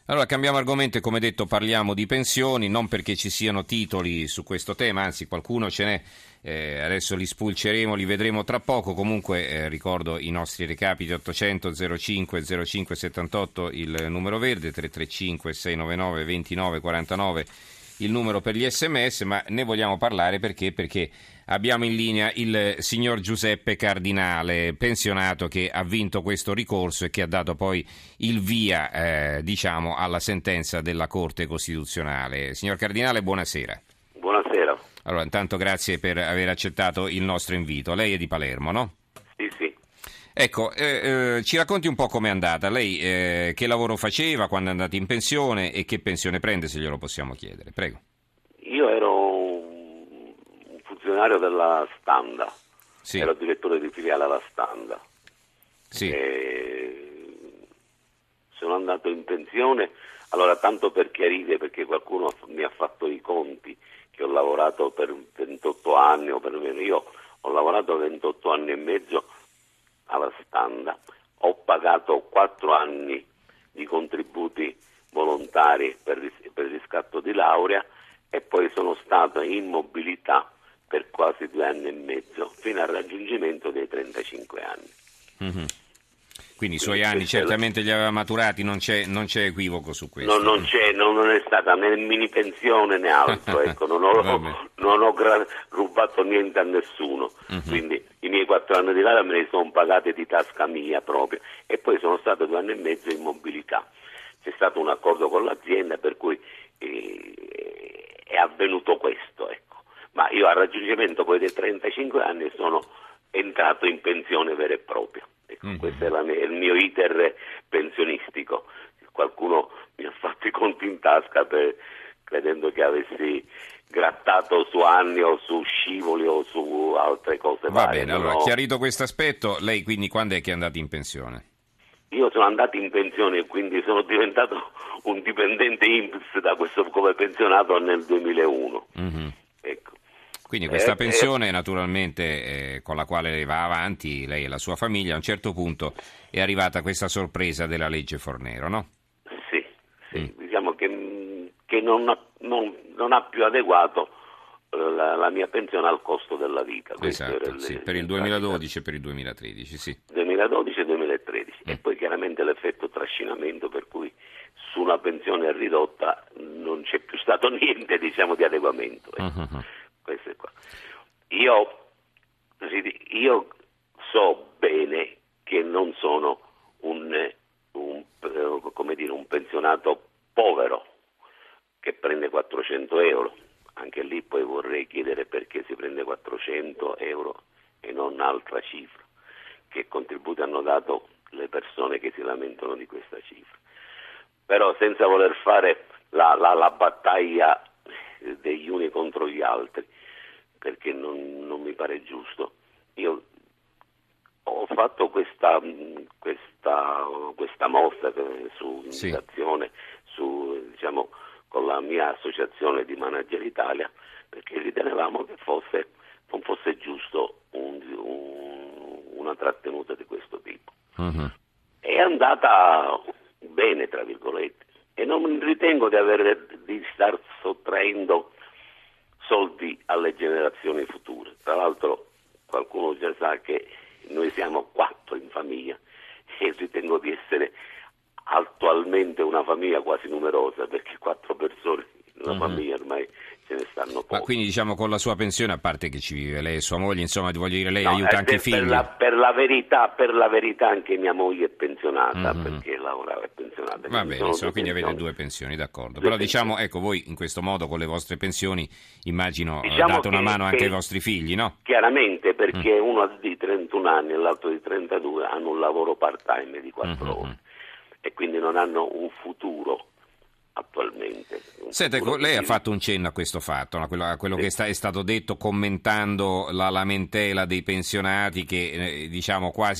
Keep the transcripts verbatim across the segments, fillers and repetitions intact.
Allora cambiamo argomento e come detto parliamo di pensioni, non perché ci siano titoli su questo tema, anzi qualcuno ce n'è, eh, adesso li spulceremo, li vedremo tra poco. Comunque eh, ricordo i nostri recapiti: ottocento zero cinque zero cinque settantotto il numero verde, tre tre cinque sei nove nove due nove quattro nove il numero per gli sms, ma ne vogliamo parlare perché? Perché abbiamo in linea il signor Giuseppe Cardinale, pensionato, che ha vinto questo ricorso e che ha dato poi il via, eh, diciamo, alla sentenza della Corte Costituzionale. Signor Cardinale, buonasera. Buonasera. Allora, intanto grazie per aver accettato il nostro invito. Lei è di Palermo, no? Sì, sì. Ecco, eh, eh, ci racconti un po' com'è andata. Lei eh, che lavoro faceva quando è andato in pensione e che pensione prende, se glielo possiamo chiedere. Prego. Io ero un funzionario della Standa, Sì. ero direttore di filiale alla Standa. Sì. E sono andato in pensione, allora tanto per chiarire, perché qualcuno mi ha fatto i conti, che ho lavorato per ventotto anni, o perlomeno io ho lavorato ventotto anni e mezzo alla Standa, ho pagato quattro anni di contributi volontari per, ris- per riscatto di laurea e poi sono stato in mobilità per quasi due anni e mezzo fino al raggiungimento dei trentacinque anni. Mm-hmm. Quindi i suoi anni certamente li aveva maturati, non c'è, non c'è equivoco su questo. No, non c'è, non, non è stata né mini pensione né altro, ecco, non ho, non ho gra- rubato niente a nessuno, uh-huh. Quindi i miei quattro anni di laurea me li sono pagati di tasca mia proprio e poi sono stato due anni e mezzo in mobilità. C'è stato un accordo con l'azienda per cui eh, è avvenuto questo, ecco. Ma io al raggiungimento poi dei trentacinque anni sono entrato in pensione vera e propria. Ecco, mm-hmm. Questo è, la mia, è il mio iter pensionistico. Qualcuno mi ha fatto i conti in tasca per, credendo che avessi grattato su anni o su scivoli o su altre cose. Va varie. bene, allora no? Chiarito questo aspetto, lei quindi quando è che è andato in pensione? Io sono andato in pensione e quindi sono diventato un dipendente I N P S da questo come pensionato nel duemilauno. Mm-hmm. Ecco. Quindi questa eh, pensione eh, naturalmente eh, con la quale lei va avanti, lei e la sua famiglia, a un certo punto è arrivata questa sorpresa della legge Fornero, no? Sì, sì. Mm. Diciamo che, che non, ha, non, non ha più adeguato la, la mia pensione al costo della vita. Esatto, il, sì, per il duemiladodici e per il duemilatredici, sì. duemiladodici e duemilatredici mm. E poi chiaramente l'effetto trascinamento per cui su una pensione ridotta non c'è più stato niente, diciamo, di adeguamento. Ecco. Uh-huh. Questo è qua. Io, io so bene che non sono un, un, come dire, un pensionato povero che prende quattrocento euro. Anche lì poi vorrei chiedere perché si prende quattrocento euro e non altra cifra. Che contributi hanno dato le persone che si lamentano di questa cifra. Però senza voler fare la, la, la battaglia degli uni contro gli altri, perché non, non mi pare giusto. Io ho fatto questa questa, questa mossa su indicazione, sì. su, diciamo, con la mia associazione di Manager Italia, perché ritenevamo che fosse non fosse giusto un, un, una trattenuta di questo tipo. Uh-huh. È andata bene, tra virgolette, e non ritengo di aver di star sottraendo soldi alle generazioni future. Tra l'altro qualcuno già sa che noi siamo quattro in famiglia e ritengo di essere attualmente una famiglia quasi numerosa, perché quattro persone in una uh-huh. famiglia ormai ce ne stanno poche. Ma quindi diciamo con la sua pensione, a parte che ci vive lei e sua moglie, insomma ti voglio dire, lei no, aiuta anche i figli? Per la, per la verità, per la verità anche mia moglie è pensionata, uh-huh. perché lavorava è pensionata. Va bene, insomma, quindi avete due pensioni, d'accordo. Due Però pensioni. Diciamo, ecco, voi in questo modo con le vostre pensioni, immagino, diciamo date una mano anche ai vostri figli, no? Chiaramente, perché mm. uno di trentuno anni e l'altro di trentadue hanno un lavoro part-time di quattro mm-hmm. ore e quindi non hanno un futuro attualmente. Senta, lei ha fatto un cenno a questo fatto, a quello, a quello sì. che sta, è stato detto commentando la lamentela dei pensionati che eh, diciamo quasi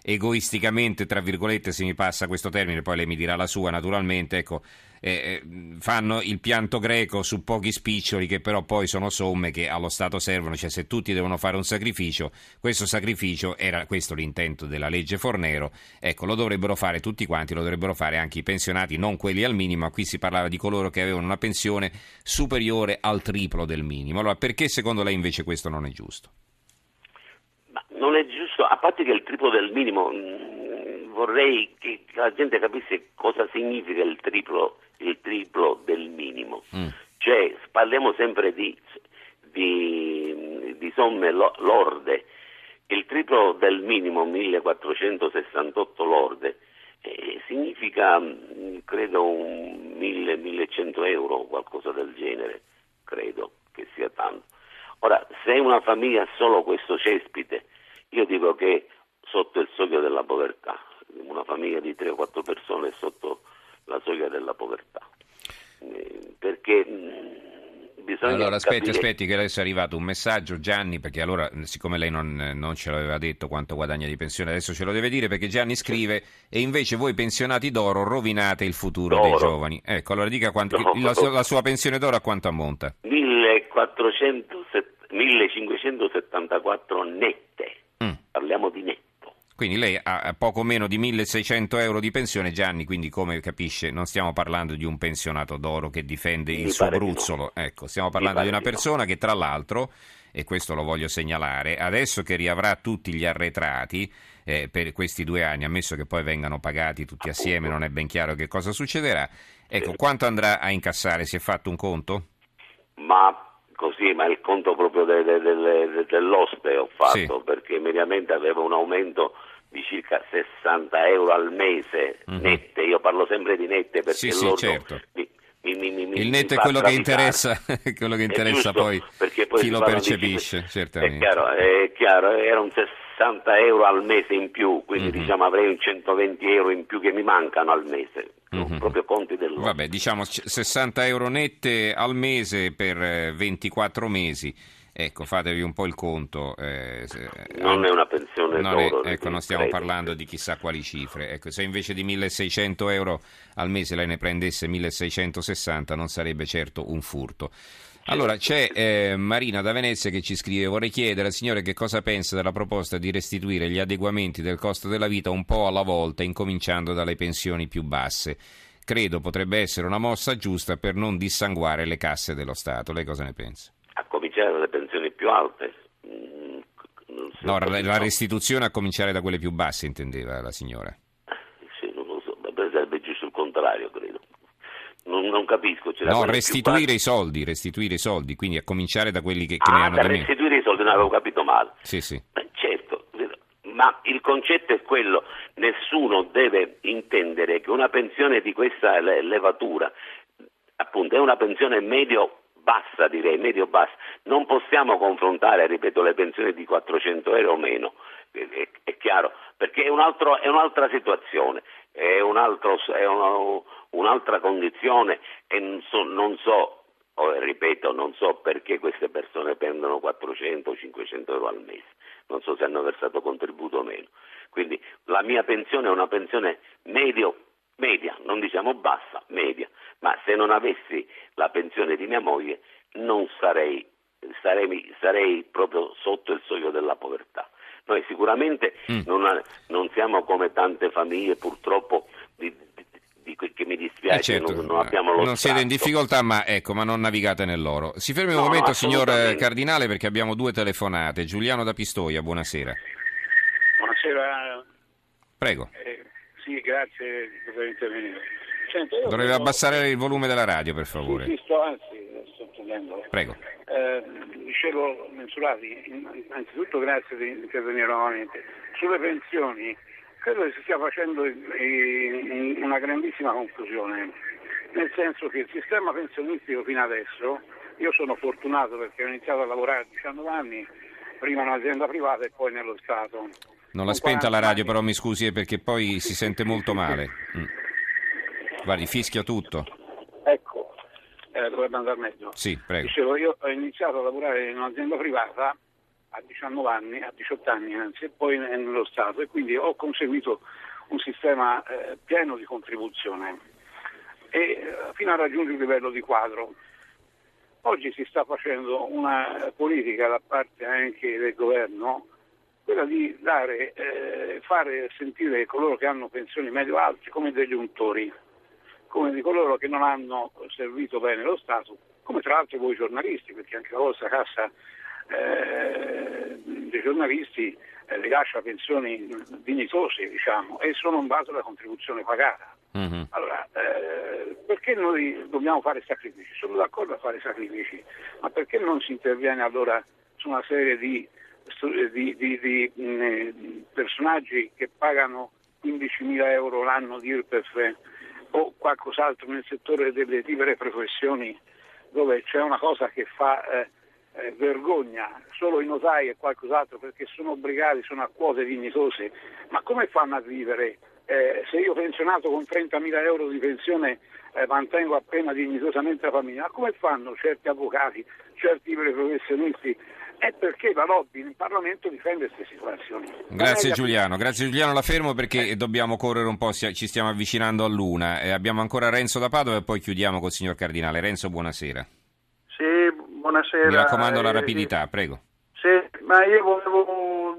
egoisticamente, tra virgolette, se mi passa questo termine, poi lei mi dirà la sua naturalmente, ecco, eh, fanno il pianto greco su pochi spiccioli che però poi sono somme che allo Stato servono, cioè se tutti devono fare un sacrificio, questo sacrificio era questo l'intento della legge Fornero, ecco, lo dovrebbero fare tutti quanti, lo dovrebbero fare anche i pensionati, non quelli al minimo, ma qui si parlava di coloro che avevano una pensione superiore al triplo del minimo. Allora, perché secondo lei invece questo non è giusto? Ma non è giusto, a parte che il triplo del minimo, mh, vorrei che la gente capisse cosa significa il triplo, il triplo del minimo. Mm. Cioè, parliamo sempre di, di, di somme lo, lorde. Il triplo del minimo, millequattrocentosessantotto lorde, eh, significa, mh, credo, un mille millecento euro o qualcosa del genere, credo che sia tanto. Ora, se una famiglia ha solo questo cespite, io dico che sotto il soglia della povertà, una famiglia di tre o quattro persone è sotto la soglia della povertà, eh, perché mh, bisogna Allora aspetti, capire... aspetti che adesso è arrivato un messaggio, Gianni, perché allora siccome lei non, non ce l'aveva detto quanto guadagna di pensione, adesso ce lo deve dire, perché Gianni scrive: e invece voi pensionati d'oro rovinate il futuro d'oro. dei giovani. Ecco, allora dica quanto, no, la, sua, la sua pensione d'oro a quanto ammonta? millecinquecentosettantaquattro nette, mm. Parliamo di netto. Quindi lei ha poco meno di milleseicento euro di pensione, Gianni, quindi come capisce non stiamo parlando di un pensionato d'oro che difende Mi il suo pare bruzzolo, no. Ecco, stiamo parlando di una di persona no. che tra l'altro, e questo lo voglio segnalare, adesso che riavrà tutti gli arretrati eh, per questi due anni, ammesso che poi vengano pagati tutti Appunto. assieme, non è ben chiaro che cosa succederà, ecco, sì. Quanto andrà a incassare? Si è fatto un conto? Ma... Così, ma il conto proprio de, de, de, de, dell'oste ho fatto, sì. Perché mediamente avevo un aumento di circa sessanta euro al mese, mm-hmm. nette, io parlo sempre di nette perché sì, sì, l'ordo certo. mi, mi, mi, mi, il netto mi è quello che interessa, quello che interessa giusto, poi, poi chi lo percepisce, di, certamente. È chiaro, è chiaro, era un sessanta euro al mese in più, quindi mm-hmm. diciamo avrei un centoventi euro in più che mi mancano al mese. Mm-hmm. Proprio conti dell'oro. Vabbè, diciamo sessanta euro nette al mese per ventiquattro mesi. Ecco, fatevi un po' il conto. Eh, se, non è una pensione non d'oro. È, ecco, non stiamo credo. parlando di chissà quali cifre. Ecco, se invece di milleseicento euro al mese lei ne prendesse milleseicentosessanta non sarebbe certo un furto. Allora, c'è eh, Marina da Venezia che ci scrive: vorrei chiedere al signore che cosa pensa della proposta di restituire gli adeguamenti del costo della vita un po' alla volta, incominciando dalle pensioni più basse. Credo potrebbe essere una mossa giusta per non dissanguare le casse dello Stato. Lei cosa ne pensa? A cominciare dalle pensioni più alte? Mm, no, la restituzione a cominciare da quelle più basse, intendeva la signora. Sì, non lo so, sarebbe giusto il contrario, credo. Non, non capisco. Cioè, no, restituire i soldi, restituire i soldi, quindi a cominciare da quelli che, che ah, ne hanno da di meno. restituire i soldi, non avevo capito male. Sì, sì. Beh, certo, ma il concetto è quello, nessuno deve intendere che una pensione di questa levatura, appunto, è una pensione medio-bassa, direi, medio-bassa. Non possiamo confrontare, ripeto, le pensioni di quattrocento euro o meno, è, è, è chiaro, perché è, un altro, è un'altra situazione, è, un altro, è una, un'altra condizione e non so, non so oh, ripeto, non so perché queste persone prendono quattrocento o cinquecento euro al mese, non so se hanno versato contributo o meno, quindi la mia pensione è una pensione medio, media, non diciamo bassa, media, ma se non avessi la pensione di mia moglie non sarei, sarei, sarei proprio sotto il soglia della povertà. Noi sicuramente mm. non, non siamo come tante famiglie purtroppo di, di, di, che mi dispiace, eh certo, non, non abbiamo lo non siete in difficoltà, ma ecco, ma non navigate nell'oro. Si fermi un no, momento, no, signor Cardinale, perché abbiamo due telefonate. Giuliano da Pistoia, buonasera. Buonasera. Prego. Eh, sì, grazie per intervenire. Senta, io Dovrebbe volevo... abbassare il volume della radio, per favore. Sì, sì sto, anzi, sto togliendo. Prego. Eh, dicevo, mensurati, innanzitutto grazie di intervenire nuovamente. Sulle pensioni, credo che si stia facendo una grandissima confusione, nel senso che il sistema pensionistico fino adesso, io sono fortunato perché ho iniziato a lavorare a diciannove anni, prima in un'azienda privata e poi nello Stato. Non l'ha spenta la radio, però mi scusi, perché poi si sente molto male. Mm. Guardi, fischia tutto. Ecco, eh, dovrebbe andare meglio. Sì, prego. Dicevo, io ho iniziato a lavorare in un'azienda privata a diciannove anni, a diciotto anni anzi, e poi nello Stato, e quindi ho conseguito un sistema eh, pieno di contribuzione e eh, fino a raggiungere il livello di quadro. Oggi si sta facendo una politica da parte anche del governo, quella di dare, eh, fare sentire coloro che hanno pensioni medio-alte come degli untori, come di coloro che non hanno servito bene lo Stato, come tra l'altro voi giornalisti, perché anche la vostra cassa eh, dei giornalisti eh, rilascia pensioni dignitose, diciamo, e sono in base alla contribuzione pagata. Mm-hmm. Allora, eh, perché noi dobbiamo fare sacrifici? Sono d'accordo a fare sacrifici, ma perché non si interviene allora su una serie di Di, di, di mh, personaggi che pagano quindicimila euro l'anno di I R P E F o qualcos'altro nel settore delle libere professioni, dove c'è una cosa che fa eh, eh, vergogna, solo i notai e qualcos'altro, perché sono obbligati, sono a quote dignitose, ma come fanno a vivere? Eh, se io pensionato con trentamila euro di pensione eh, mantengo appena dignitosamente la famiglia, ma come fanno certi avvocati, certi liberi professionisti? È perché la lobby in Parlamento difende queste situazioni. Grazie Giuliano, grazie Giuliano, la fermo perché eh. dobbiamo correre un po', ci stiamo avvicinando all'una. Eh, abbiamo ancora Renzo da Padova e poi chiudiamo col signor Cardinale. Renzo, buonasera. Sì, buonasera. Mi raccomando eh, la rapidità, prego. Sì, ma io volevo,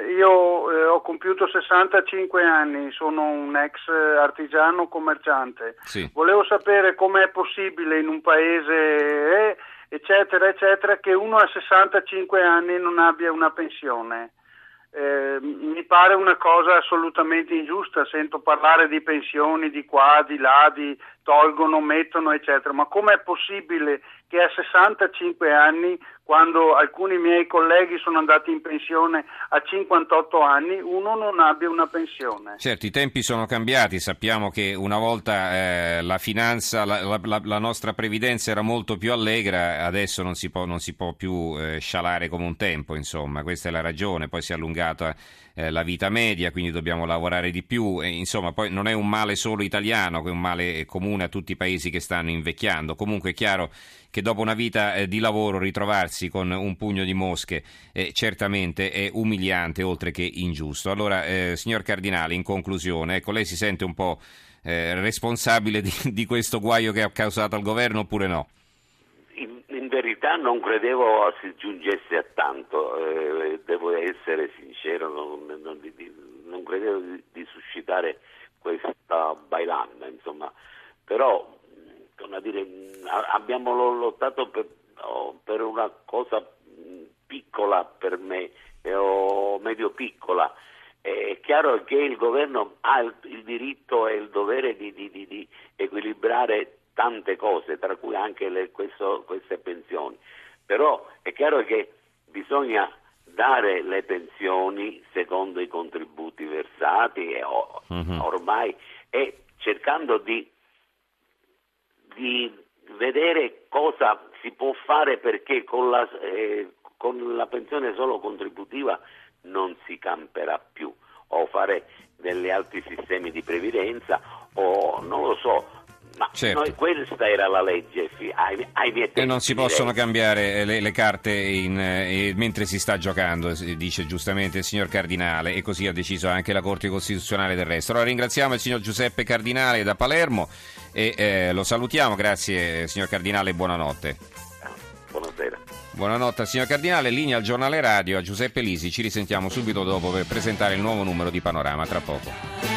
io eh, ho compiuto sessantacinque anni, sono un ex artigiano commerciante. Sì. Volevo sapere com'è possibile in un paese... Eh, eccetera, eccetera, che uno a sessantacinque anni non abbia una pensione. Eh, mi pare una cosa assolutamente ingiusta, sento parlare di pensioni di qua, di là, di tolgono, mettono, eccetera, ma com'è possibile che a sessantacinque anni, quando alcuni miei colleghi sono andati in pensione a cinquantotto anni, uno non abbia una pensione? Certo, i tempi sono cambiati, sappiamo che una volta eh, la finanza, la, la, la nostra previdenza era molto più allegra, adesso non si può, non si può più eh, scialare come un tempo, insomma, questa è la ragione, poi si è allungata eh, la vita media, quindi dobbiamo lavorare di più, e, insomma, poi non è un male solo italiano, è un male comune a tutti i paesi che stanno invecchiando. Comunque è chiaro che dopo una vita eh, di lavoro ritrovarsi con un pugno di mosche eh, certamente è umiliante oltre che ingiusto. Allora, eh, signor Cardinale, in conclusione, ecco, lei si sente un po' eh, responsabile di, di questo guaio che ha causato al governo oppure no? In, in verità non credevo si giungesse a tanto, eh, devo essere sincero, non, non, non credevo di, di suscitare questa bailanda, insomma, però a dire, abbiamo lottato per, oh, per una cosa piccola per me, eh, o medio piccola. È chiaro che il governo ha il, il diritto e il dovere di, di, di, di equilibrare tante cose, tra cui anche le, questo, queste pensioni, però è chiaro che bisogna dare le pensioni secondo i contributi versati e o, mm-hmm. ormai e cercando di di vedere cosa si può fare, perché con la, eh, con la pensione solo contributiva non si camperà più, o fare degli altri sistemi di previdenza o non lo so, ma certo. Noi, questa era la legge ai, ai miei tempi, e non si possono cambiare le, le carte in, eh, mentre si sta giocando, dice giustamente il signor Cardinale, e così ha deciso anche la Corte Costituzionale del resto. Allora ringraziamo il signor Giuseppe Cardinale da Palermo e eh, lo salutiamo. Grazie signor Cardinale e buonanotte. Buonasera. Buonanotte signor Cardinale, linea al giornale radio a Giuseppe Lisi, ci risentiamo subito dopo per presentare il nuovo numero di Panorama, tra poco.